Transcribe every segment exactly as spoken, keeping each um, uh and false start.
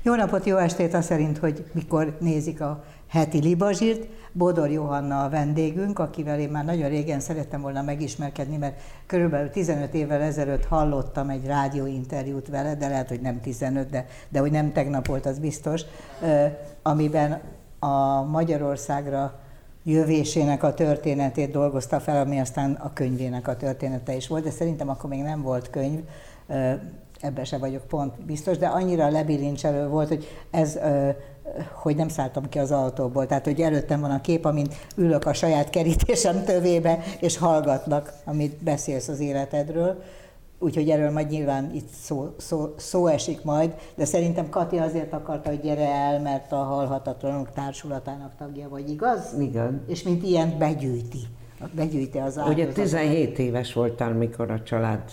Jó napot, jó estét, az szerint, hogy mikor nézik a heti Libazsírt. Bodor Johanna a vendégünk, akivel én már nagyon régen szerettem volna megismerkedni, mert körülbelül tizenöt évvel ezelőtt hallottam egy rádióinterjút vele, de lehet, hogy nem tizenöt, de, de hogy nem tegnap volt, az biztos, amiben a Magyarországra jövésének a történetét dolgozta fel, ami aztán a könyvének a története is volt, de szerintem akkor még nem volt könyv, ebben se vagyok pont biztos, de annyira lebilincselő volt, hogy ez, hogy nem szálltam ki az autóból. Tehát, hogy előttem van a kép, amin ülök a saját kerítésem tövébe, és hallgatnak, amit beszélsz az életedről. Úgyhogy erről majd nyilván itt szó, szó, szó esik majd, de szerintem Kati azért akarta, hogy gyere el, mert a Halhatatlanok Társulatának tagja vagy, igaz? Igen. És mint ilyen begyűjti. Begyűjti az áldozatot. Ugye tizenhét éves voltál, mikor a család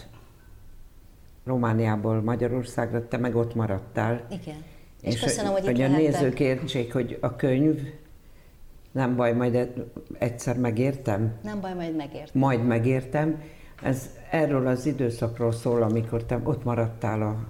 Romániából Magyarországra, te meg ott maradtál. Igen. És, és köszönöm, hogy, hogy itt a nézők értsék, hogy a könyv, nem baj, majd egyszer megértem. Nem baj, majd megértem. Majd megértem. Ez erről az időszakról szól, amikor te ott maradtál a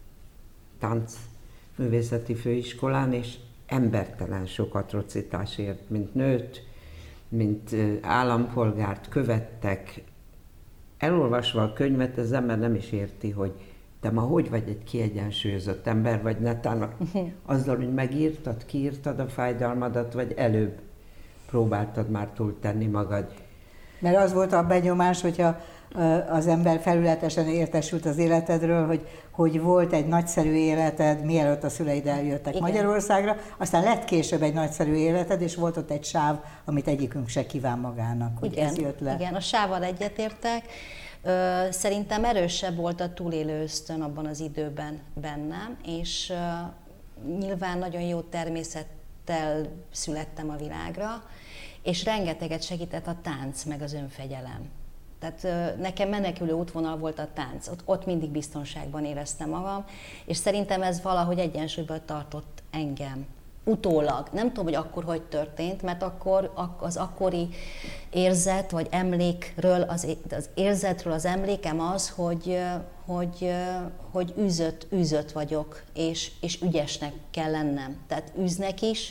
táncművészeti főiskolán, és embertelen sok atrocitásért, mint nőt, mint állampolgárt követtek. Elolvasva a könyvet, az ember nem is érti, hogy te ma hogy vagy egy kiegyensúlyozott ember, vagy netán azzal, hogy megírtad, kiírtad a fájdalmadat, vagy előbb próbáltad már túltenni magad. Mert az volt a benyomás, hogyha az ember felületesen értesült az életedről, hogy, hogy volt egy nagyszerű életed, mielőtt a szüleid eljöttek Igen. Magyarországra, aztán lett később egy nagyszerű életed, és volt ott egy sáv, amit egyikünk se kíván magának, hogy Igen. ez jött le. Igen, a sávval egyetértek. Szerintem erősebb volt a túlélő ösztön abban az időben bennem, és nyilván nagyon jó természettel születtem a világra, és rengeteget segített a tánc, meg az önfegyelem. Tehát nekem menekülő útvonal volt a tánc, ott, ott mindig biztonságban éreztem magam, és szerintem ez valahogy egyensúlyban tartott engem. Utólag. Nem tudom, hogy akkor hogy történt, mert akkor az akkori érzet, vagy emlékről, az, az érzetről az emlékem az, hogy, hogy, hogy űzött, űzött vagyok, és, és ügyesnek kell lennem. Tehát űznek is,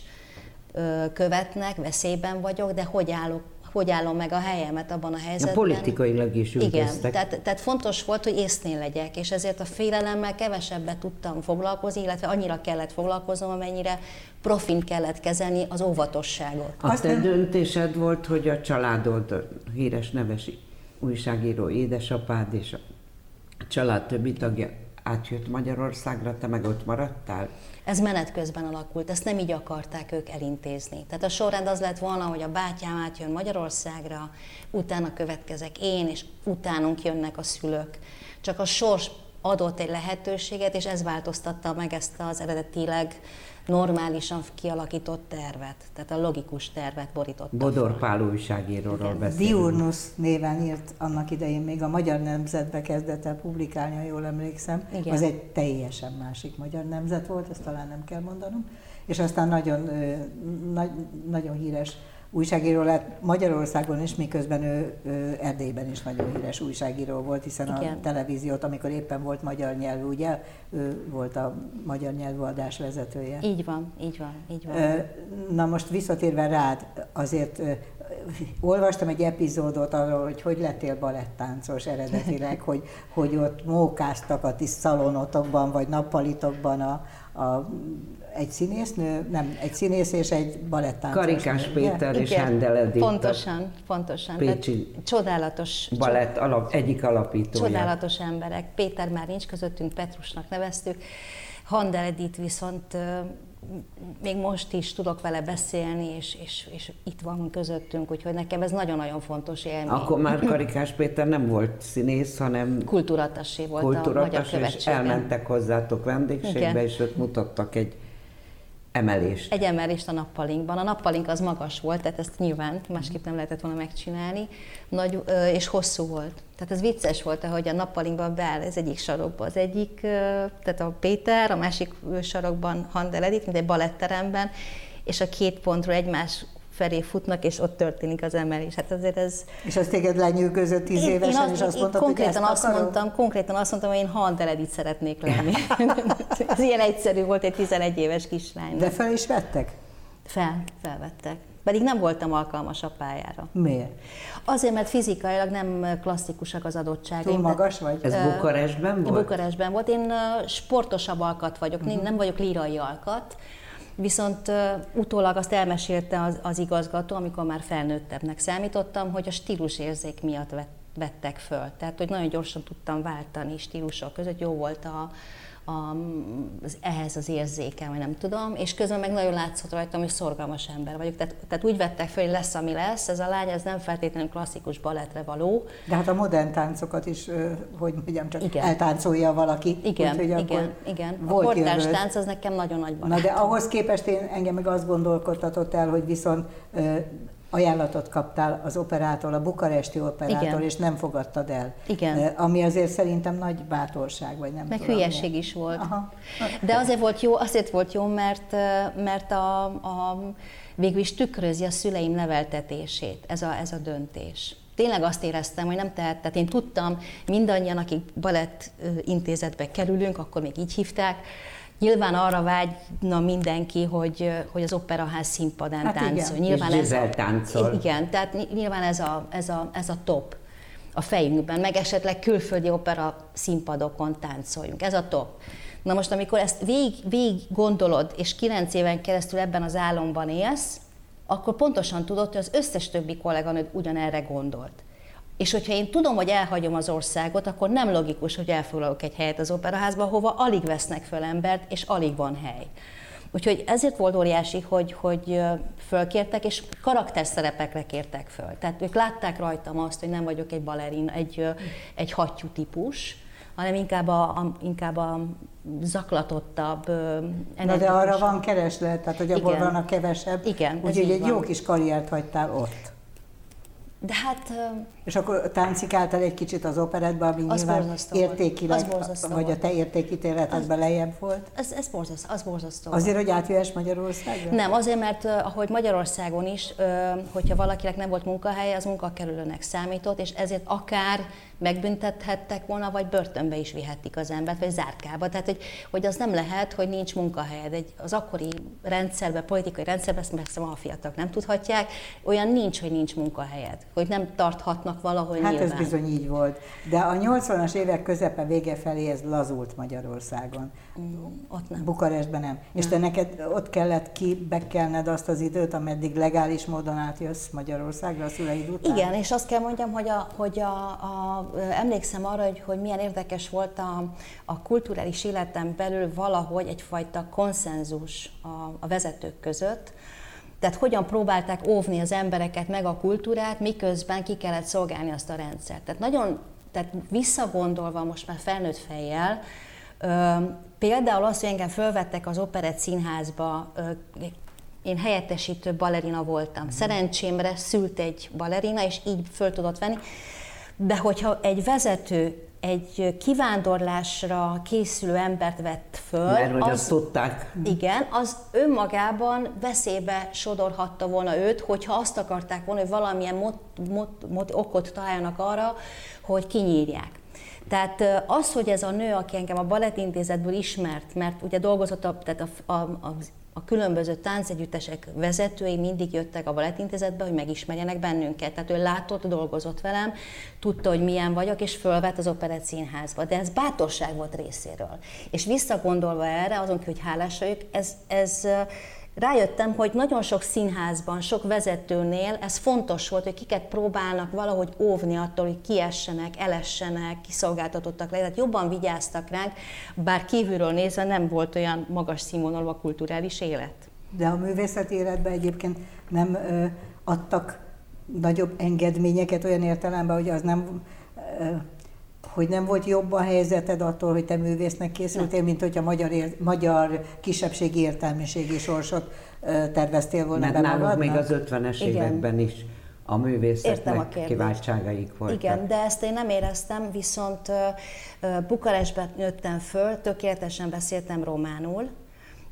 követnek, veszélyben vagyok, de hogy állok, hogy állom meg a helyemet abban a helyzetben. A politikailag is üldöztek. Igen, tehát, tehát fontos volt, hogy észnél legyek, és ezért a félelemmel kevesebbet tudtam foglalkozni, illetve annyira kellett foglalkoznom, amennyire profint kellett kezelni az óvatosságot. A te döntésed volt, hogy a családod, híres neves újságíró édesapád és a család többi tagja átjött Magyarországra, te meg ott maradtál? Ez menet közben alakult, ezt nem így akarták ők elintézni. Tehát a sorrend az lett volna, hogy a bátyám átjön Magyarországra, utána következek én, és utánunk jönnek a szülők. Csak a sors adott egy lehetőséget, és ez változtatta meg ezt az eredetileg normálisan kialakított tervet, tehát a logikus tervet borította. Bodor Pál újságíróról beszélünk. Diurnus néven írt annak idején, még a Magyar Nemzetbe kezdett el publikálni, ha jól emlékszem. Igen. Az egy teljesen másik Magyar Nemzet volt, ezt talán nem kell mondanom. És aztán nagyon, nagy, nagyon híres újságíró lett Magyarországon is, miközben ő, ő Erdélyben is nagyon híres újságíró volt, hiszen Igen. a televíziót, amikor éppen volt magyar nyelvű, ugye, ő volt a magyar nyelvű adás vezetője. Így van, így van, így van. Na most visszatérve rád, azért olvastam egy epizódot arról, hogy hogy lettél balettáncos eredetileg, hogy, hogy ott mókáztak a ti szalonotokban, vagy nappalitokban a, a egy színésznő, nem, egy színész és egy balettáncos. Karikás Péter és Igen, Hendel Edith. Pontosan, pontosan. Pécsi csodálatos. balett alap, egyik alapítója. Csodálatos emberek. Péter már nincs közöttünk, Petrusnak neveztük. Hendel Edith viszont még most is tudok vele beszélni, és, és, és itt van közöttünk, úgyhogy nekem ez nagyon-nagyon fontos élmény. Akkor már Karikás Péter nem volt színész, hanem kultúratassé volt a Magyar Követségben. És elmentek hozzátok vendégségbe, Igen. és ott mutattak egy emelést. Egy emelést a nappalinkban. A nappalink az magas volt, tehát ezt nyilván másképp nem lehetett volna megcsinálni, nagy és hosszú volt. Tehát ez vicces volt, ahogy a nappalinkban beáll ez egyik sarokban. Az egyik, tehát a Péter, a másik sarokban Hendel Edith, mint egy baletteremben, és a két pontról egymás felé futnak, és ott történik az emelés. Hát azért ez... És az téged lenyűgözött tíz évesen, én azt, és azt mondtad, konkrétan hogy azt mondtam, konkrétan azt mondtam, hogy én Handeledit szeretnék lenni. Ez ilyen egyszerű volt egy tizenegy éves kislánynak. De fel is vettek? Fel, felvettek. Pedig nem voltam alkalmas a pályára. Miért? Azért, mert fizikailag nem klasszikusak az adottságaim. Túl magas vagy? Ez Bukarestben volt? Bukarestben volt. Én sportosabb alkat vagyok, uh-huh. nem vagyok lírai alkat. Viszont uh, utólag azt elmesélte az, az igazgató, amikor már felnőttebbnek számítottam, hogy a stílusérzék miatt vett, vettek föl. Tehát, hogy nagyon gyorsan tudtam váltani stílusok között, jó volt a, a, az, ehhez az érzékem, vagy nem tudom, és közben meg nagyon látszott rajtam, hogy szorgalmas ember vagyok. Tehát, tehát úgy vettek föl, hogy lesz, ami lesz, ez a lány, ez nem feltétlenül klasszikus balettre való. De hát a modern táncokat is, hogy mondjam, csak igen. eltáncolja valaki. Igen, úgy, hogy igen, igen. A volt kortárs jövőd. tánc az nekem nagyon nagy barátom. Na de ahhoz képest én, engem meg azt gondolkodtatott el, hogy viszont ö, ajánlatot kaptál az operától, a bukaresti operától, igen. és nem fogadtad el. Igen. Ami azért szerintem nagy bátorság, vagy nem meg tudom. Meg hülyeség is volt. Aha. De azért volt jó, azért volt jó, mert, mert a, a, végül is tükrözi a szüleim neveltetését, ez a, ez a döntés. Tényleg azt éreztem, hogy nem tehet, tehát én tudtam, mindannyian, akik balett intézetbe kerülünk, akkor még így hívták, nyilván arra vágyna mindenki, hogy, hogy az operaház színpadán hát táncol. Nyilván és ez táncol. Igen, tehát nyilván ez a, ez, a, ez a top a fejünkben, meg esetleg külföldi opera színpadokon táncoljunk. Ez a top. Na most, amikor ezt végig, végig gondolod, és kilenc éven keresztül ebben az álomban élsz, akkor pontosan tudod, hogy az összes többi kolléganőd ugyanerre gondolt. És hogyha én tudom, hogy elhagyom az országot, akkor nem logikus, hogy elfoglalok egy helyet az operaházba, hova alig vesznek föl embert, és alig van hely. Úgyhogy ezért volt óriási, hogy, hogy fölkértek, és karakterszerepekre kértek föl. Tehát ők látták rajtam azt, hogy nem vagyok egy balerin, egy, egy hattyú típus, hanem inkább a, a, inkább a zaklatottabb, energikus. Na de arra van kereslet, tehát hogy abból van a kevesebb. Igen. Úgyhogy egy van. Jó kis karriert hagytál ott. De hát... És akkor táncikáltál egy kicsit az operettben, ami nyilván értékileg, vagy a te értékítéletedben lejjebb volt? Ez, ez borzasztó. Az borzasztó. Azért, hogy átjöhess Magyarországra? Nem, azért, mert ahogy Magyarországon is, hogyha valakinek nem volt munkahelye, az munkakerülőnek számított, és ezért akár megbüntethettek volna, vagy börtönbe is vihették az embert, vagy zárkába. Tehát, hogy, hogy az nem lehet, hogy nincs munkahelyed. Egy, az akkori rendszerben, politikai rendszerben, ezt persze ma a fiatalok nem tudhatják, olyan nincs, hogy nincs munkahelyed, hogy nem tarthatnak valahol hát nyilván. Ez bizony így volt. De a nyolcvanas évek közepe vége felé ez lazult Magyarországon. Mm, ott nem. Bukarestben nem. nem. És te neked ott kellett kibekkelned azt az időt, ameddig legális módon átjössz Magyarországra a szüleid után? Igen, és azt kell mondjam, hogy, a, hogy a, a, emlékszem arra, hogy, hogy milyen érdekes volt a, a kulturális életem belül valahogy egyfajta konszenzus a, a vezetők között. Tehát hogyan próbálták óvni az embereket, meg a kultúrát, miközben ki kellett szolgálni azt a rendszert. Tehát nagyon, tehát visszagondolva most már felnőtt fejjel, ö, például azt, hogy engem fölvettek az Operett Színházba, ö, én helyettesítő balerina voltam. Szerencsémre szült egy balerina, és így föl tudott venni. De hogyha egy vezető egy kivándorlásra készülő embert vett föl, mert hogy az, azt tudták. Igen, az önmagában veszélybe sodorhatta volna őt, hogyha azt akarták volna, hogy valamilyen mot, mot, mot, okot találjanak arra, hogy kinyírják. Tehát az, hogy ez a nő, aki engem a Balettintézetből ismert, mert ugye dolgozott a, tehát a, a, a, a különböző táncegyüttesek vezetői mindig jöttek a Balettintézetbe, hogy megismerjenek bennünket. Tehát ő látott, dolgozott velem, tudta, hogy milyen vagyok, és fölvett az Operett Színházba. De ez bátorság volt részéről. És visszagondolva erre, azon kívül, hogy hálás vagyok, ez, ez rájöttem, hogy nagyon sok színházban, sok vezetőnél ez fontos volt, hogy kiket próbálnak valahogy óvni attól, hogy kiessenek, elessenek, kiszolgáltatottak le, tehát jobban vigyáztak ránk, bár kívülről nézve nem volt olyan magas színvonalú a kulturális élet. De a művészeti életben egyébként nem ö, adtak nagyobb engedményeket olyan értelemben, hogy az nem... Ö, hogy nem volt jobb a helyzeted attól, hogy te művésznek készültél, mint hogyha magyar, ér, magyar kisebbségi értelmiségi sorsot terveztél volna be magadnak? Mert nálunk még az ötvenes Igen. években is a művészetnek kiváltságaik voltak. Igen, de ezt én nem éreztem, viszont Bukarestben nőttem föl, tökéletesen beszéltem románul,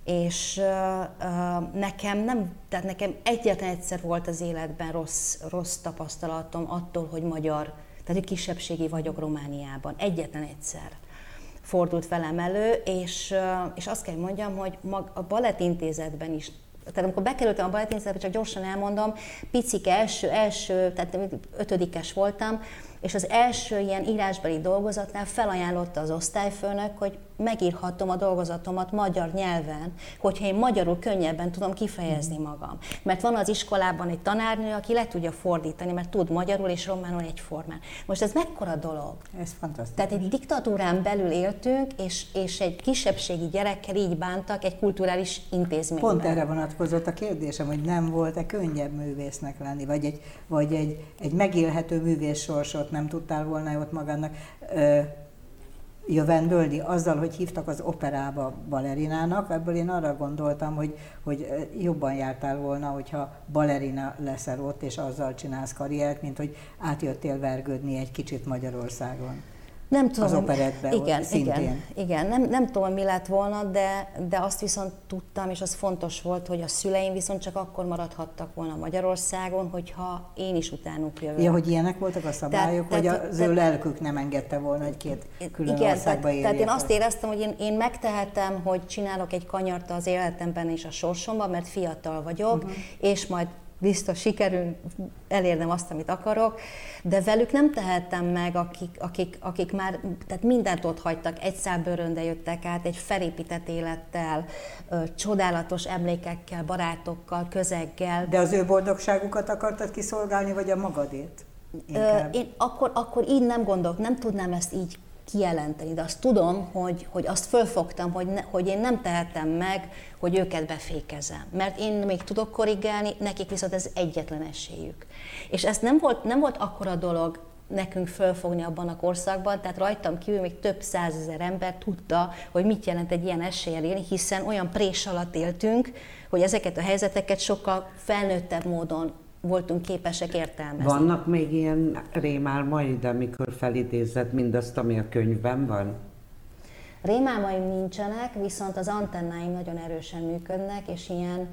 És uh, nekem nem, tehát nekem egyetlen egyszer volt az életben rossz, rossz tapasztalatom attól, hogy magyar, tehát hogy kisebbségi vagyok Romániában. Egyetlen egyszer fordult velem elő, és, uh, és azt kell mondjam, hogy mag, a balettintézetben is, tehát amikor bekerültem a balettintézetbe, csak gyorsan elmondom, picike első, első, tehát ötödikes voltam, és az első ilyen írásbeli dolgozatnál felajánlotta az osztályfőnök, hogy megírhatom a dolgozatomat magyar nyelven, hogyha én magyarul könnyebben tudom kifejezni magam. Mert van az iskolában egy tanárnő, aki le tudja fordítani, mert tud magyarul és románul egyformán. Most ez mekkora dolog? Ez fantasztikus. Tehát egy diktatúrán belül éltünk, és, és egy kisebbségi gyerekkel így bántak egy kulturális intézményben. Pont erre vonatkozott a kérdésem, hogy nem volt-e könnyebb művésznek lenni, vagy egy, vagy egy, egy megélhető művész sorsot nem tudtál volna ott magának ö, jövendölni azzal, hogy hívtak az operába balerinának. Ebből én arra gondoltam, hogy, hogy jobban jártál volna, hogyha balerina leszel ott, és azzal csinálsz karriert, mint hogy átjöttél vergődni egy kicsit Magyarországon. Nem tudom, az operettbe igen, szintén. Igen, igen. Nem, nem tudom, mi lett volna, de, de azt viszont tudtam, és az fontos volt, hogy a szüleim viszont csak akkor maradhattak volna Magyarországon, hogyha én is utánuk jövök. Ja, hogy ilyenek voltak a szabályok, tehát, hogy tehát, az tehát, ő lelkük nem engedte volna, hogy két külön igen, országba érjenek. Tehát én azt el. éreztem, hogy én, én megtehetem, hogy csinálok egy kanyart az életemben és a sorsomban, mert fiatal vagyok, uh-huh. és majd biztos sikerül elérnem azt, amit akarok, de velük nem tehettem meg, akik, akik, akik már tehát mindent ott hagytak, egy szál bőrönde jöttek át, egy felépített élettel, ö, csodálatos emlékekkel, barátokkal, közeggel. De az ő boldogságukat akartad kiszolgálni, vagy a magadét? Ö, én akkor, akkor így nem gondolok, nem tudnám ezt így kijelenteni, de azt tudom, hogy, hogy azt fölfogtam, hogy, ne, hogy én nem tehetem meg, hogy őket befékezem. Mert én még tudok korrigálni, nekik viszont ez egyetlen esélyük. És ez nem volt, nem volt akkora dolog nekünk fölfogni abban a korszakban, tehát rajtam kívül még több százezer ember tudta, hogy mit jelent egy ilyen eséllyel élni, hiszen olyan prés alatt éltünk, hogy ezeket a helyzeteket sokkal felnőttebb módon voltunk képesek értelmezni. Vannak még ilyen rémálmaid, amikor felidézed mindazt, ami a könyvben van? Rémálmaim nincsenek, viszont az antennáim nagyon erősen működnek, és ilyen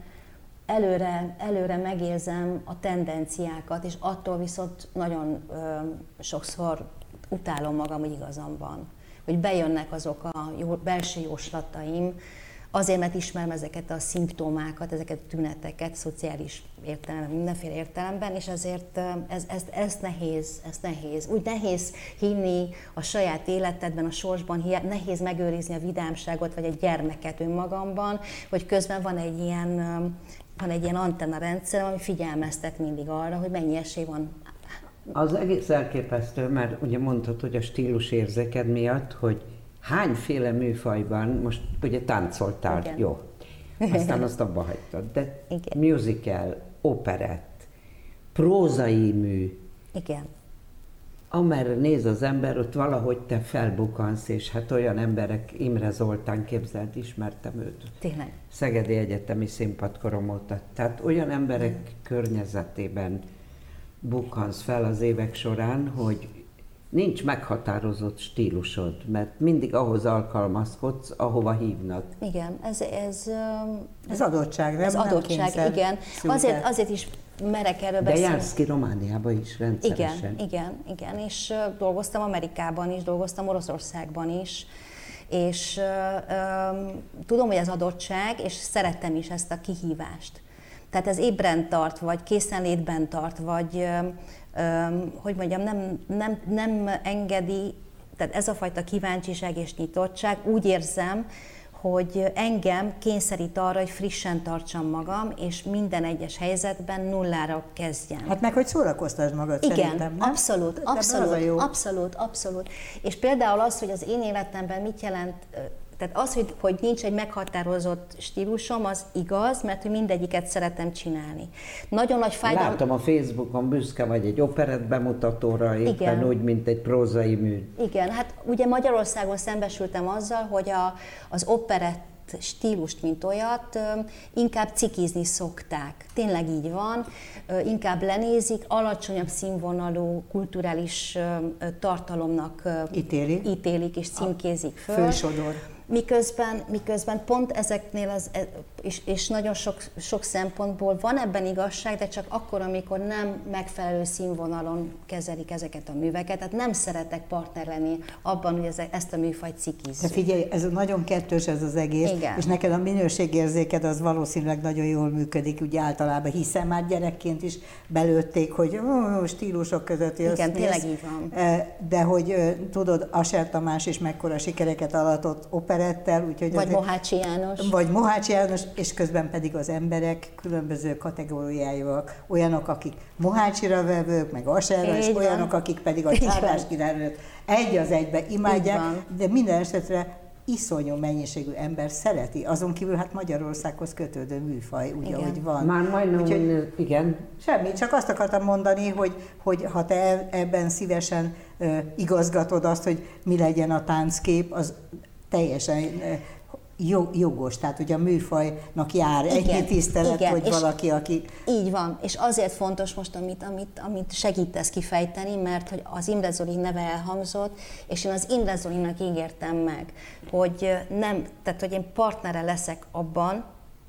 előre, előre megérzem a tendenciákat, és attól viszont nagyon ö, sokszor utálom magam, hogy igazam van. Hogy bejönnek azok a jó, belső jóslataim, azért, mert ismerem ezeket a szimptomákat, ezeket a tüneteket, szociális értelemben, mindenféle értelemben, és ezért ez, ez, ez nehéz, ez nehéz. Úgy nehéz hinni a saját életedben, a sorsban, nehéz megőrizni a vidámságot, vagy egy gyermeket önmagamban, hogy közben van egy ilyen, van egy ilyen antenna rendszer, ami figyelmeztet mindig arra, hogy mennyi esély van. Az egész elképesztő, mert ugye mondtad, hogy a stílusérzéked miatt, hogy hányféle műfajban, most ugye táncoltál, igen. Jó, aztán azt abba hagytad, de igen. Musical, operett, prózai mű, igen. Amerre néz az ember, ott valahogy te felbukkansz, és hát olyan emberek, Imre Zoltán, képzeld, ismertem őt. Tényleg. Szegedi Egyetemi színpadkorom óta. Tehát olyan emberek mm. környezetében bukkansz fel az évek során, hogy nincs meghatározott stílusod, mert mindig ahhoz alkalmazkodsz, ahova hívnak. Igen, ez... Ez, ez adottság, nem? Ez nem adottság, kényszer, igen. Azért, azért is merek erről De beszélni. jársz ki Romániába is rendszeresen. Igen, igen, igen, és dolgoztam Amerikában is, dolgoztam Oroszországban is, és um, tudom, hogy ez adottság, és szerettem is ezt a kihívást. Tehát ez ébren tart, vagy készenlétben tart, vagy um, hogy mondjam, nem, nem, nem engedi, tehát ez a fajta kíváncsiság és nyitottság, úgy érzem, hogy engem kényszerít arra, hogy frissen tartsam magam, és minden egyes helyzetben nullára kezdjem. Hát meg, hogy szórakoztasd magad, igen, szerintem, nem? abszolút, De abszolút, abszolút, abszolút. És például az, hogy az én életemben mit jelent, tehát az, hogy, hogy nincs egy meghatározott stílusom, az igaz, mert hogy mindegyiket szeretem csinálni. Nagyon nagy fájdalom... Látom a Facebookon, büszke vagy egy operett bemutatóra, éppen igen. Úgy, mint egy prózai mű. Igen, hát ugye Magyarországon szembesültem azzal, hogy a, az operett stílust, mint olyat, inkább cikizni szokták. Tényleg így van, inkább lenézik, alacsonyabb színvonalú kulturális tartalomnak Ítéli. ítélik és címkézik föl. Fősodor. Miközben, miközben pont ezeknél, az, és, és nagyon sok, sok szempontból van ebben igazság, de csak akkor, amikor nem megfelelő színvonalon kezelik ezeket a műveket, tehát nem szeretek partner lenni abban, hogy ezt a műfajt cikizzük. De figyelj, ez nagyon kettős ez az egész, igen. És neked a minőségérzéked az valószínűleg nagyon jól működik, ugye általában, hiszen már gyerekként is belőtték, hogy ó, stílusok között jössz. Igen, tényleg így van. De hogy tudod, Ascher Tamás is mekkora sikereket alatott operettel, úgyhogy... Vagy Mohácsi János. Vagy Mohácsi János, és közben pedig az emberek különböző kategóriájúak, olyanok, akik Mohácsira vevők, meg Ascherra, és van. olyanok, akik pedig a Csárdás királynőt egy az egybe imádják, de minden esetre iszonyú mennyiségű ember szereti, azon kívül hát Magyarországhoz kötődő műfaj, úgy, igen. ahogy van. Már majdnem, úgyhogy, igen. Semmi, csak azt akartam mondani, hogy, hogy ha te ebben szívesen uh, igazgatod azt, hogy mi legyen a tánckép, az teljesen uh, jogos, tehát hogy a műfajnak jár egy tisztelet, igen, hogy valaki, aki... Így van, és azért fontos most, amit, amit, amit segítesz kifejteni, mert hogy az Imre Zoli neve elhangzott, és én az Imre Zolinak ígértem meg, hogy nem, tehát hogy én partnere leszek abban,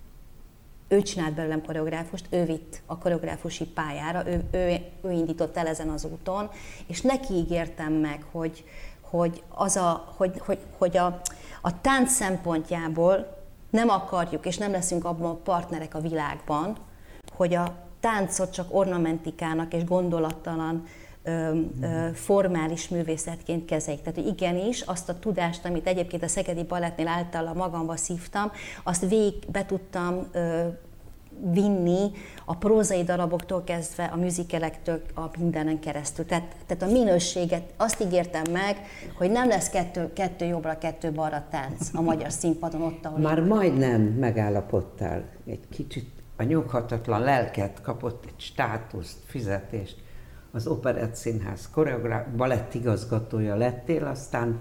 ő csinált belőlem koreográfust, ő vitt a koreográfusi pályára, ő, ő, ő indított el ezen az úton, és neki ígértem meg, hogy, hogy, az a, hogy, hogy, hogy a, a tánc szempontjából nem akarjuk, és nem leszünk abban a partnerek a világban, hogy a táncot csak ornamentikának és gondolattalan ö, ö, formális művészetként kezeljük. Tehát, hogy igenis azt a tudást, amit egyébként a Szegedi Balettnél általa magamba szívtam, azt végig be tudtam ö, vinni a prózai daraboktól kezdve a musicalektől a mindenen keresztül. Tehát, tehát a minőséget azt ígértem meg, hogy nem lesz kettő, kettő jobbra, kettő balra tánc a magyar színpadon ott, ahol... Már majdnem megállapodtál. Egy kicsit a nyughatatlan lelket kapott egy státuszt, fizetést. Az Operett Színház koreográf, balettigazgatója lettél, aztán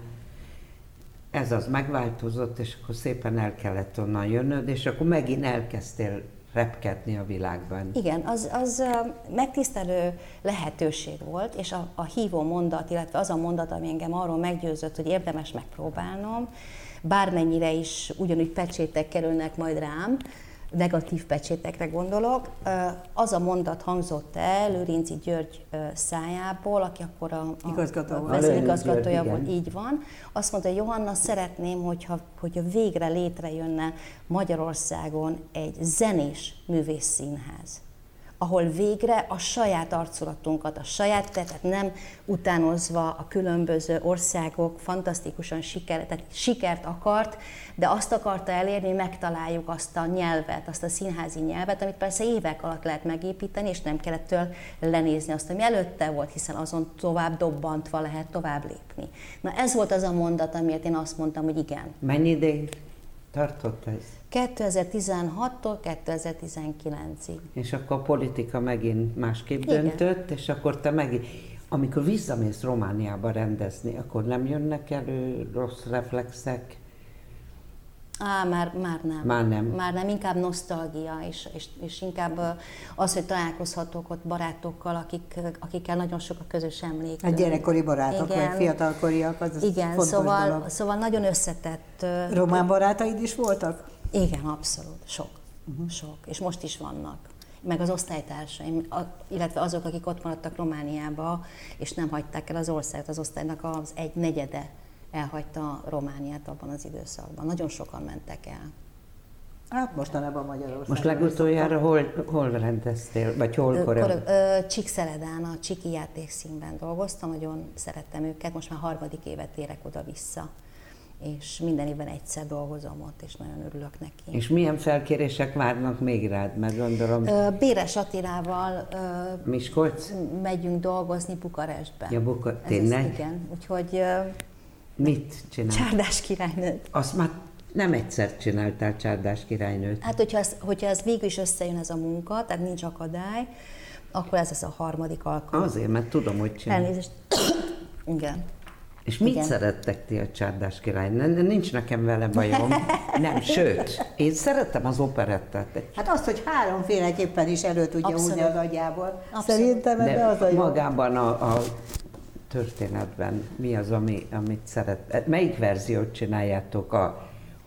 ez az megváltozott, és akkor szépen el kellett onnan jönnöd, és akkor megint elkezdtél repkedni a világban. Igen, az, az megtisztelő lehetőség volt, és a, a hívó mondat, illetve az a mondat, ami engem arról meggyőzött, hogy érdemes megpróbálnom, bármennyire is ugyanúgy pecsétek kerülnek majd rám, negatív pecsétekre gondolok, az a mondat hangzott el Lőrinczi György szájából, aki akkor a, a, a vezérigazgatója volt, így van. Azt mondta, hogy Johanna, szeretném, hogyha, hogyha végre létrejönne Magyarországon egy zenés művészszínház, ahol végre a saját arculatunkat, a saját, tehát nem utánozva a különböző országok fantasztikusan siker, tehát sikert akart, de azt akarta elérni, hogy megtaláljuk azt a nyelvet, azt a színházi nyelvet, amit persze évek alatt lehet megépíteni, és nem kellett től lenézni azt, ami előtte volt, hiszen azon tovább dobbantva lehet tovább lépni. Na ez volt az a mondat, amiért én azt mondtam, hogy igen. Mennyi ideig tartott ez? kétezer-tizenhattól kétezer-tizenkilencig. És akkor a politika megint másképp igen. döntött, és akkor te megint, amikor visszamész Romániába rendezni, akkor nem jönnek elő rossz reflexek? Á, már, már nem. Már nem. Már nem, inkább nosztalgia, és, és, és inkább az, hogy találkozhatok ott barátokkal, akik, akikkel nagyon sok a közös emlék. A gyerekkori barátok, igen. vagy fiatalkoriak, az igen, fontos szóval, dolog. Szóval nagyon összetett. Román barátaid is voltak? Igen, abszolút, sok, uh-huh. sok, és most is vannak. Meg az osztálytársaim, illetve azok, akik ott maradtak Romániába, és nem hagyták el az országot, az osztálynak az egy negyede elhagyta Romániát abban az időszakban. Nagyon sokan mentek el. Hát mostanában Magyarországon. Most legutoljára hol, hol rendeztél, vagy hol koreográfáltál? Csíkszeredán, a Csiki játékszínben dolgoztam, nagyon szerettem őket, most már harmadik évet érek oda-vissza. És minden évben egyszer dolgozom ott, és nagyon örülök neki. És milyen felkérések várnak még rád? Mert gondolom... Béres Attilával Miskolc? megyünk dolgozni Bukarestbe. Ja, Buka... Tényleg? Ez, igen, úgyhogy... Mit csinál? Csárdás királynőt. Azt már nem egyszer csináltál Csárdás királynőt. Hát, hogyha ez, hogyha ez végül is összejön ez a munka, tehát nincs akadály, akkor ez lesz a harmadik alkalom. Azért, mert tudom, hogy csinál. Elnézést. Igen. És mit igen. szerettek ti a Csárdás királynőt? Nincs nekem vele bajom. Nem, sőt, én szeretem az operettet. Hát azt, hogy háromféleképpen is elő tudja húzni az agyából. Abszolút. Szerintem de az a jó. magában a, a történetben mi az, ami, amit szeret? Melyik verziót csináljátok? A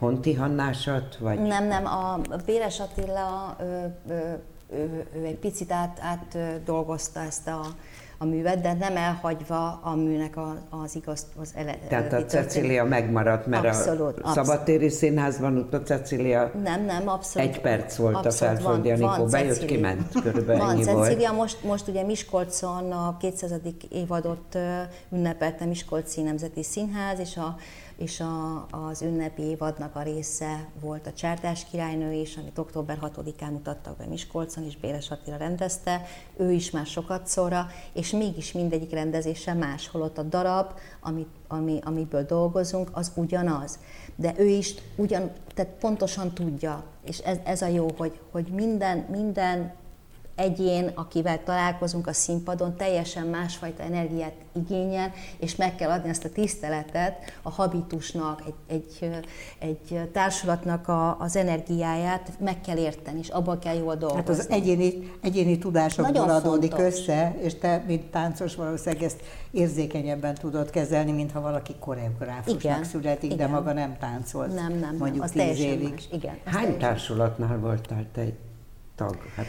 Honti Hannásat? Vagy... Nem, nem, a Béres Attila ő, ő, ő, ő egy picit át, át dolgozta ezt a, a művet, de nem elhagyva a műnek az, az igaz, az eredeti. Tehát a Cecília megmaradt, mert abszolút, a Szabadtéri Színházban ott a Cecília nem, nem, abszolút, egy perc volt abszolút, a Felföldi Anikó, bejött, Cecília. kiment, körülbelül van ennyi Cecília, volt. most, most ugye Miskolcon a kétszázadik évadot ünnepelte Miskolci Nemzeti Színház, és a és a, az ünnepi évadnak a része volt a Csárdás királynő is, amit október hatodikán mutattak be Miskolcon, és Béres Attila rendezte, ő is már sokat szóra, és mégis mindegyik rendezése más, holott a darab, amit, ami, amiből dolgozunk, az ugyanaz. De ő is ugyan, tehát pontosan tudja, és ez, ez a jó, hogy, hogy minden, minden egyén, akivel találkozunk a színpadon, teljesen másfajta energiát igényel, és meg kell adni ezt a tiszteletet a habitusnak, egy, egy, egy társulatnak a, az energiáját meg kell érteni, és abban kell jól dolgozni. Hát az egyéni, egyéni tudásokból Nagyon adódik fontos. össze, és te, mint táncos, valószínűleg ezt érzékenyebben tudod kezelni, mintha valaki koreográfusnak Igen, születik, igen. de maga nem táncolt. Nem, nem, mondjuk nem, az tíz teljesen évig. más. Igen, az Hány teljesen társulatnál voltál te egy tag? Hát...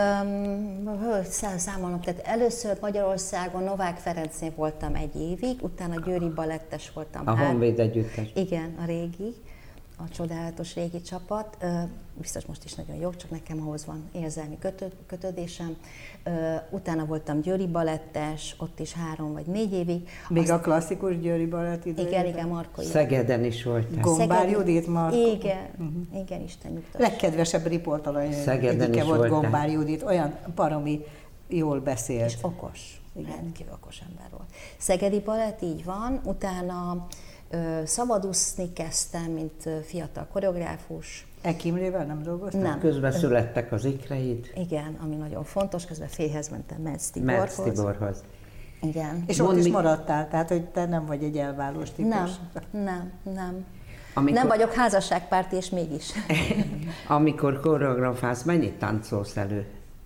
Öm, számolom, tehát először Magyarországon Novák Ferencnél voltam egy évig, utána Győri Balettes voltam. A hát, Honvéd együttes. Igen, a régi, a csodálatos régi csapat. Biztos most is nagyon jó, csak nekem ahhoz van érzelmi kötö- kötődésem. Utána voltam Győri Balettes, ott is három vagy négy évig. Még Azt, a klasszikus Győri Balett idejében? igen, igen, Markó. Szegeden is voltál. Gombár Szegedi- Judit, Markó. Igen, uh-huh. igen, Isten nyugtass. Legkedvesebb riportalany Szegeden egyike is volt voltál. Gombár Judit, olyan baromi jól beszélt. És okos. Rendkívül okos ember volt. Szegedi Balett, így van. Utána ö, szabadúszni kezdtem, mint ö, fiatal koreográfus. Ekimlével nem dolgoztál? Nem. Közben születtek az ikreid. Igen, ami nagyon fontos, közben férjhez mentem Metz Metz Tiborhoz. Tiborhoz. Igen. És Mondd ott is mi- maradtál, tehát hogy te nem vagy egy elválós típus. Nem, nem, nem. Amikor, Nem vagyok házasságpárti, és mégis. amikor koreografálsz, mennyit táncolsz elő?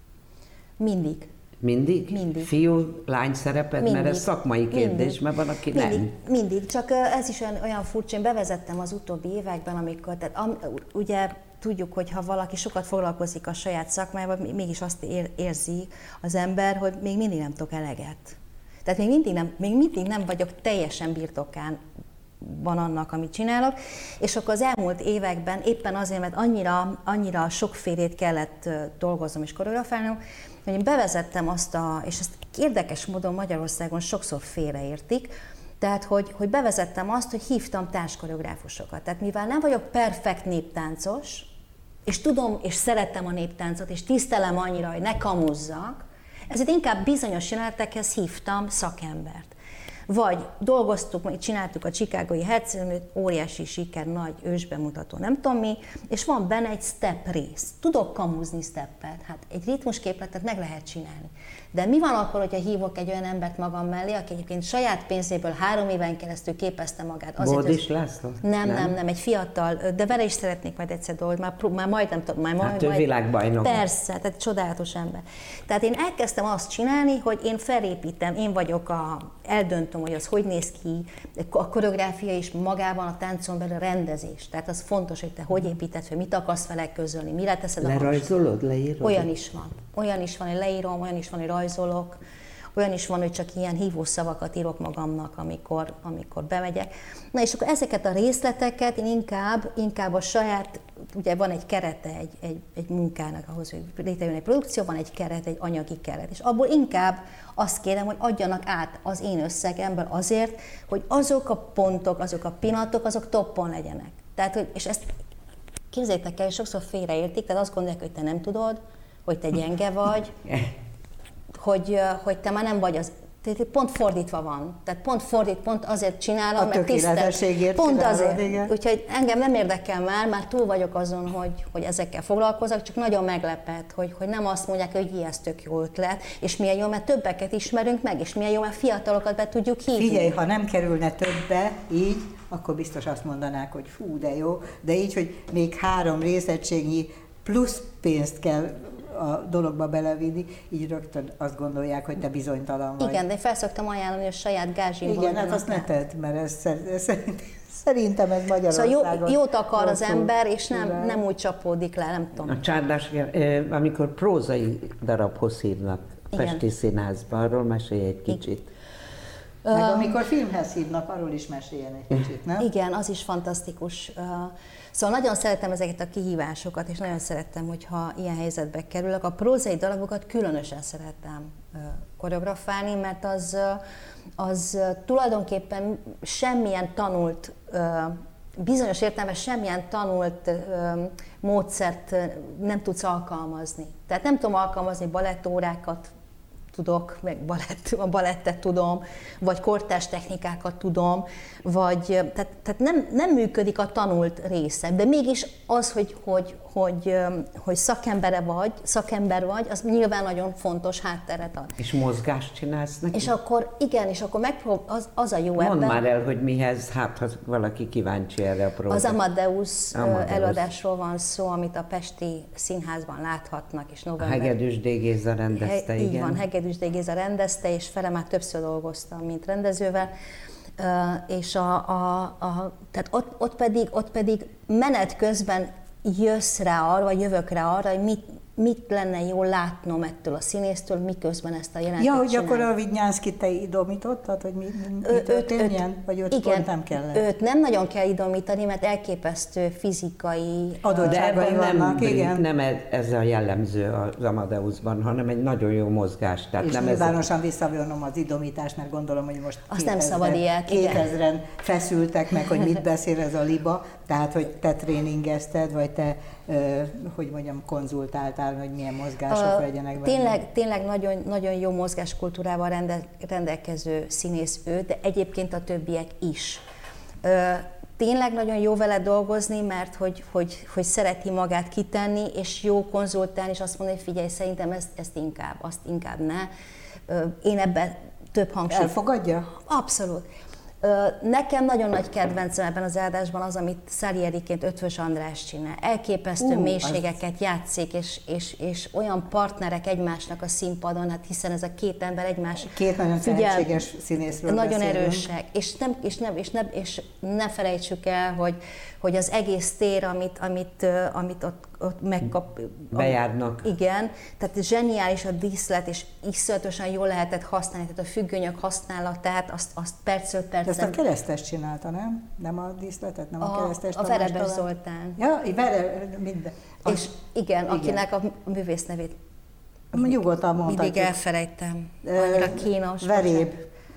Mindig. Mindig? Mindig. Fiú, lány szereped? Mindig. Mert ez szakmai kérdés, Mindig. mert van, aki mindig, nem. Mindig, csak ö, ez is olyan, olyan furcsa, én bevezettem az utóbbi években, amikor, tehát am, ugye tudjuk, hogy ha valaki sokat foglalkozik a saját szakmájával, mégis azt ér, érzi az ember, hogy még mindig nem tudok eleget. Tehát még mindig nem, még mindig nem vagyok teljesen birtokán van annak, amit csinálok, és akkor az elmúlt években éppen azért, mert annyira, annyira sokfélét kellett dolgoznom és koreografálnom, hogy én bevezettem azt a, és ezt érdekes módon Magyarországon sokszor félreértik, tehát, hogy, hogy bevezettem azt, hogy hívtam társkoreográfusokat. Tehát mivel nem vagyok perfekt néptáncos, és tudom, és szerettem a néptáncot, és tisztelem annyira, hogy ne kamuzzak, ezért inkább bizonyos jelenetekhez hívtam szakembert. Vagy dolgoztuk, csináltuk a Chicagói Hercegnőt, óriási siker, nagy ősbemutató, nem tudom mi, és van benne egy step rész. Tudok kamuzni steppet, hát egy ritmusképletet meg lehet csinálni. De mi van akkor, hogyha hívok egy olyan embert magam mellé, aki egyébként saját pénzéből három éven keresztül képezte magát? Azért, Bódis hogy... László? Nem, nem, nem, nem, egy fiatal, de vele is szeretnék majd egyszer dolgozni, már, már majd nem tudom, már majd, Hát ő majd, világbajnok. Persze, tehát csodálatos ember. Tehát én elkezdtem azt csinálni, hogy én felépítem, én vagyok a, eldöntöm, hogy az hogy néz ki, a koreográfia és magában a táncon belül a rendezés. Tehát az fontos, hogy te hogy építed fel, mit akarsz vele közölni, mire teszed a hangsúlyt. Lerajzolod, leírod? Olyan is van. Olyan is van, hogy leírom, olyan is van, hogy rajzolok, olyan is van, hogy csak ilyen hívószavakat írok magamnak, amikor, amikor bemegyek. Na és akkor ezeket a részleteket én inkább, inkább a saját, ugye van egy kerete egy, egy, egy munkának ahhoz, hogy létrejön egy produkció, van egy keret, egy anyagi keret, és abból inkább azt kérem, hogy adjanak át az én összegemből azért, hogy azok a pontok, azok a pillanatok, azok toppon legyenek. Tehát, hogy, és ezt képzeljétek el, és sokszor félreértik, tehát azt gondolják, hogy te nem tudod, hogy te gyenge vagy, hogy, hogy te már nem vagy az. Tehát pont fordítva van. Tehát pont fordít, pont azért csinálom, A mert tökéletességért Pont csinálod, azért. igen. Úgyhogy engem nem érdekel már, már túl vagyok azon, hogy, hogy ezekkel foglalkozok, csak nagyon meglepett, hogy, hogy nem azt mondják, hogy jé, ez tök jó ötlet, és milyen jó, mert többeket ismerünk meg, és milyen jó, mert fiatalokat be tudjuk hívni. Figyelj, ha nem kerülne többe, így, akkor biztos azt mondanák, hogy fú, de jó, de így, hogy még három részegységnyi plusz pénzt kell a dologba belevinni, így rögtön azt gondolják, hogy te bizonytalan vagy. Igen, de én fel szoktam ajánlani a saját gázsimból. Igen, hát azt ne tedd, mert ez, szer- ez szerint, Szerintem ez Magyarországon. Szóval jó, jót akar az ember, és nem, nem úgy csapódik le, nem tudom. A Csárdás, amikor prózai darabhoz hívnak Pesti Színházba, arról mesélj egy kicsit. Meg amikor filmhez hívnak, arról is meséljen egy kicsit, nem? Igen, az is fantasztikus. Szóval nagyon szeretem ezeket a kihívásokat, és nagyon szerettem, hogyha ilyen helyzetbe kerülök. A prózai darabokat különösen szeretem koreografálni, mert az, az tulajdonképpen semmilyen tanult, bizonyos értelemben semmilyen tanult módszert nem tudsz alkalmazni. Tehát nem tudom alkalmazni balettórákat, tudok, meg balett, a balettet tudom, vagy kortárs technikákat tudom, vagy, tehát, tehát nem, nem működik a tanult része, de mégis az, hogy, hogy, hogy, hogy szakembere vagy, szakember vagy, az nyilván nagyon fontos hátteret ad. És mozgást csinálsz neki? És akkor, igen, és akkor megprób- az, az a jó Mondd ebben. már el, hogy mihez, hát ha valaki kíváncsi erre a próbát. Az Amadeus, Amadeus előadásról van szó, amit a Pesti Színházban láthatnak, és november... Hegedűs D. Géza rendezte, He, igen. Így van, Hegedűs D. Géza rendezte, és vele már többször dolgoztam, mint rendezővel. Uh, és a, a, a, tehát ott, ott, pedig, ott pedig menet közben jössz rá arra, vagy jövök rá arra, hogy mit, mit lenne jó látnom ettől a színésztől, miközben ezt a jelentet Ja, hogy csinálom. akkor a Vidnyánszkit te idomítottad, hogy mi, mi Ö, történjen? Vagy őt igen, pont nem kellett? Őt nem nagyon kell idomítani, mert elképesztő fizikai... De Adottságai ebben nem, vannak, brit, igen. nem ez a jellemző az Amadeusban, hanem egy nagyon jó mozgás. Tehát És nem nyilvánosan ez... visszavonom az idomítást, mert gondolom, hogy most Azt nem szabad ilyet, igen. kétezren feszültek meg, hogy mit beszél ez a liba, tehát hogy te tréningezted, vagy te, ö, hogy mondjam, konzultáltál, hogy milyen mozgások Uh, legyenek benne. Tényleg, tényleg nagyon, nagyon jó mozgáskultúrával rende, rendelkező színész ő, de egyébként a többiek is. Uh, tényleg nagyon jó vele dolgozni, mert hogy, hogy, hogy szereti magát kitenni, és jó konzultálni, és azt mondani, hogy figyelj, szerintem ezt, ezt inkább, azt inkább ne. Uh, én ebben több hangsúlyt... Elfogadja? Abszolút. Nekem nagyon nagy kedvencem ebben az előadásban az, amit Salieriként Ötvös András csinál. Elképesztő uh, mélységeket az... játszik, és, és, és olyan partnerek egymásnak a színpadon, hát hiszen ez a két ember egymás... Két nagyon tehetséges színészről Nagyon beszélünk. erősek, és, nem, és, nem, és, nem, és ne felejtsük el, hogy, hogy az egész tér, amit, amit, amit ott, ott megkap... Bejárnak. Igen, tehát zseniális a díszlet, és iszonyatosan jól lehetett használni, tehát a függönyök használatát, azt, azt percről percen... Ezt a Keresztes csinálta, nem? Nem a díszletet, nem a, a Keresztes A Verebes Zoltán. Ja, Vere, minden. És az, igen, igen, akinek a művész nevét nyugodtan mondhatjuk. mindig elfelejtem. Annyira kínos. Veréb,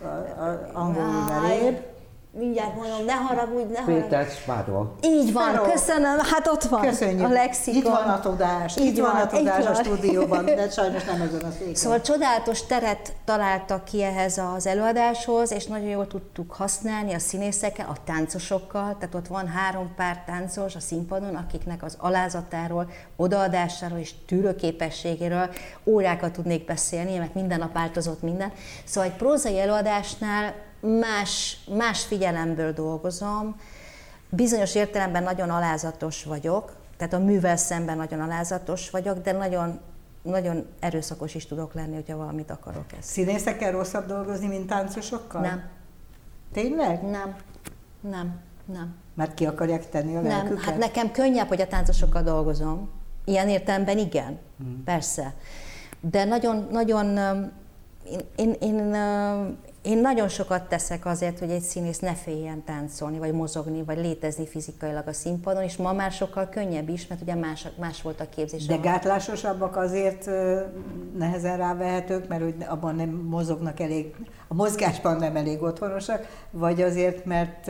angolul veréb. Mindjárt mondom, ne haragudj, ne haragudj. Péter Sparrow. Így van, Sparrow. Köszönöm, hát ott van. Köszönjük. A lexikon. Itt van a tudás, Így itt van, van, a tudás így a van. stúdióban, de sajnos nem ezen a széken. Szóval csodálatos teret találtak ki ehhez az előadáshoz, és nagyon jól tudtuk használni a színészekkel, a táncosokkal, tehát ott van három pár táncos a színpadon, akiknek az alázatáról, odaadásáról és tűrőképességéről órákat tudnék beszélni, mert minden nap változott minden. Szóval egy prózai előadásnál Más, más figyelemből dolgozom, bizonyos értelemben nagyon alázatos vagyok, tehát a művel szemben nagyon alázatos vagyok, de nagyon, nagyon erőszakos is tudok lenni, hogyha valamit akarok ezt. Színészekkel rosszabb dolgozni, mint táncosokkal? Nem. Tényleg? Nem, nem, nem. Mert ki akarják tenni a Nem, lelküket? hát nekem könnyebb, hogy a táncosokkal dolgozom. Ilyen értelemben igen, hmm. persze. De nagyon, nagyon, én, én, én Én nagyon sokat teszek azért, hogy egy színész ne féljen táncolni, vagy mozogni, vagy létezni fizikailag a színpadon, és ma már sokkal könnyebb is, mert ugye más, más volt a képzés. De gátlásosabbak azért nehezen rávehetők, mert hogy abban nem mozognak elég, a mozgásban nem elég otthonosak, vagy azért, mert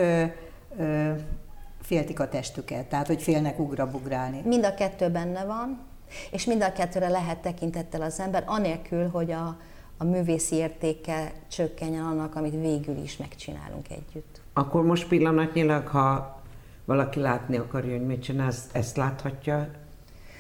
féltik a testüket, tehát hogy félnek ugrabugrálni. Mind a kettő benne van, és mind a kettőre lehet tekintettel az ember, anélkül, hogy a a művészi értéke csökkenjen annak, amit végül is megcsinálunk együtt. Akkor most pillanatnyilag, ha valaki látni akarja, hogy mit csinálsz, ezt láthatja?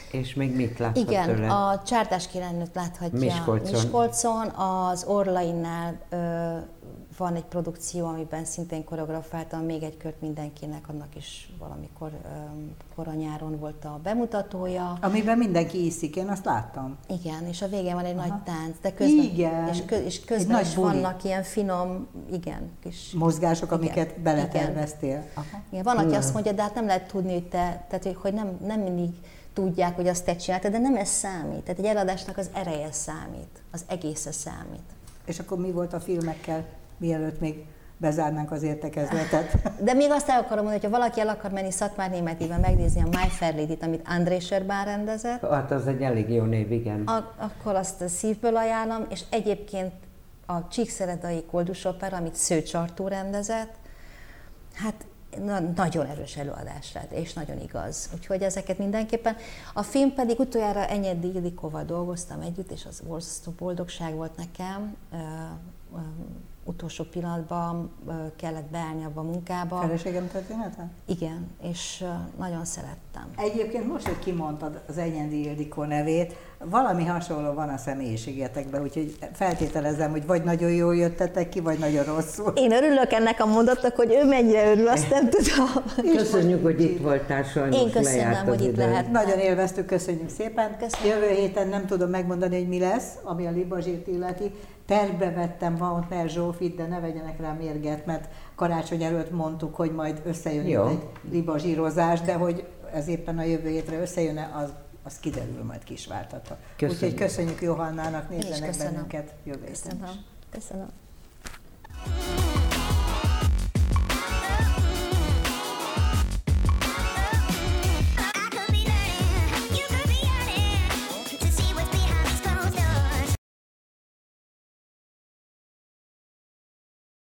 És még mit látta Igen, tőle? a Csárdás királynőt láthatja Miskolcon. Miskolcon. Az Orlainnál ö, van egy produkció, amiben szintén koreografáltam még egy kört mindenkinek, annak is valamikor ö, koranyáron volt a bemutatója. Amiben mindenki iszik, én azt láttam. Igen, és a végén van egy Aha. nagy tánc, de közben, Igen. és, kö, és közben Egy is nagy buli. vannak ilyen finom, igen, kis Mozgások, igen, amiket beleterveztél. Aha. Igen, van, aki Ja. azt mondja, de hát nem lehet tudni, hogy te, tehát hogy nem, nem mindig tudják, hogy azt te csináltad, de nem ez számít. Tehát egy előadásnak az ereje számít, az egésze számít. És akkor mi volt a filmekkel, mielőtt még bezárnánk az értekezletet? De még azt el akarom mondani, hogy ha valaki el akar menni Szatmárnémetében megnézni a My Fair Lady-t, amit André Serbán rendezett, Hát az egy elég jó név, igen. ak- akkor azt a szívből ajánlom, és egyébként a Csíkszeredai Koldus Opera, amit Szőcs Artúr rendezett, hát na, nagyon erős előadás lett, és nagyon igaz. Úgyhogy ezeket mindenképpen. A film pedig utoljára Enyedi Ildikóval dolgoztam együtt, és az borzasztó boldogság volt nekem. Uh, uh, utolsó pillanatban uh, kellett beállni abba a munkába. Feleségem története? Igen, és uh, nagyon szerettem. Egyébként most, hogy kimondtad az Enyedi Ildikó nevét, valami hasonló van a személyiségetekben, úgyhogy feltételezem, hogy vagy nagyon jól jöttetek ki, vagy nagyon rosszul. Én örülök ennek a mondatnak, hogy ő mennyire örül, azt nem tudom. Köszönjük, hogy itt voltál, sajnos Én köszönöm, lejárt az hogy itt idő. lehet. Nagyon élveztük, köszönjük szépen. Köszönöm. Jövő héten nem tudom megmondani, hogy mi lesz, ami a Libazsírt illeti. Tervbe vettem Vautner Zsófit, de ne vegyenek rá mérget, mert karácsony előtt mondtuk, hogy majd összejön Jó. itt egy libazsírozás, de hogy ez éppen a jövő hétre összejön, az, az kiderül majd kisváltatva. Köszönjük. Úgyhogy köszönjük Johannának, Én is nézzenek köszönöm. bennünket jövő héten is. Köszönöm. Köszönöm.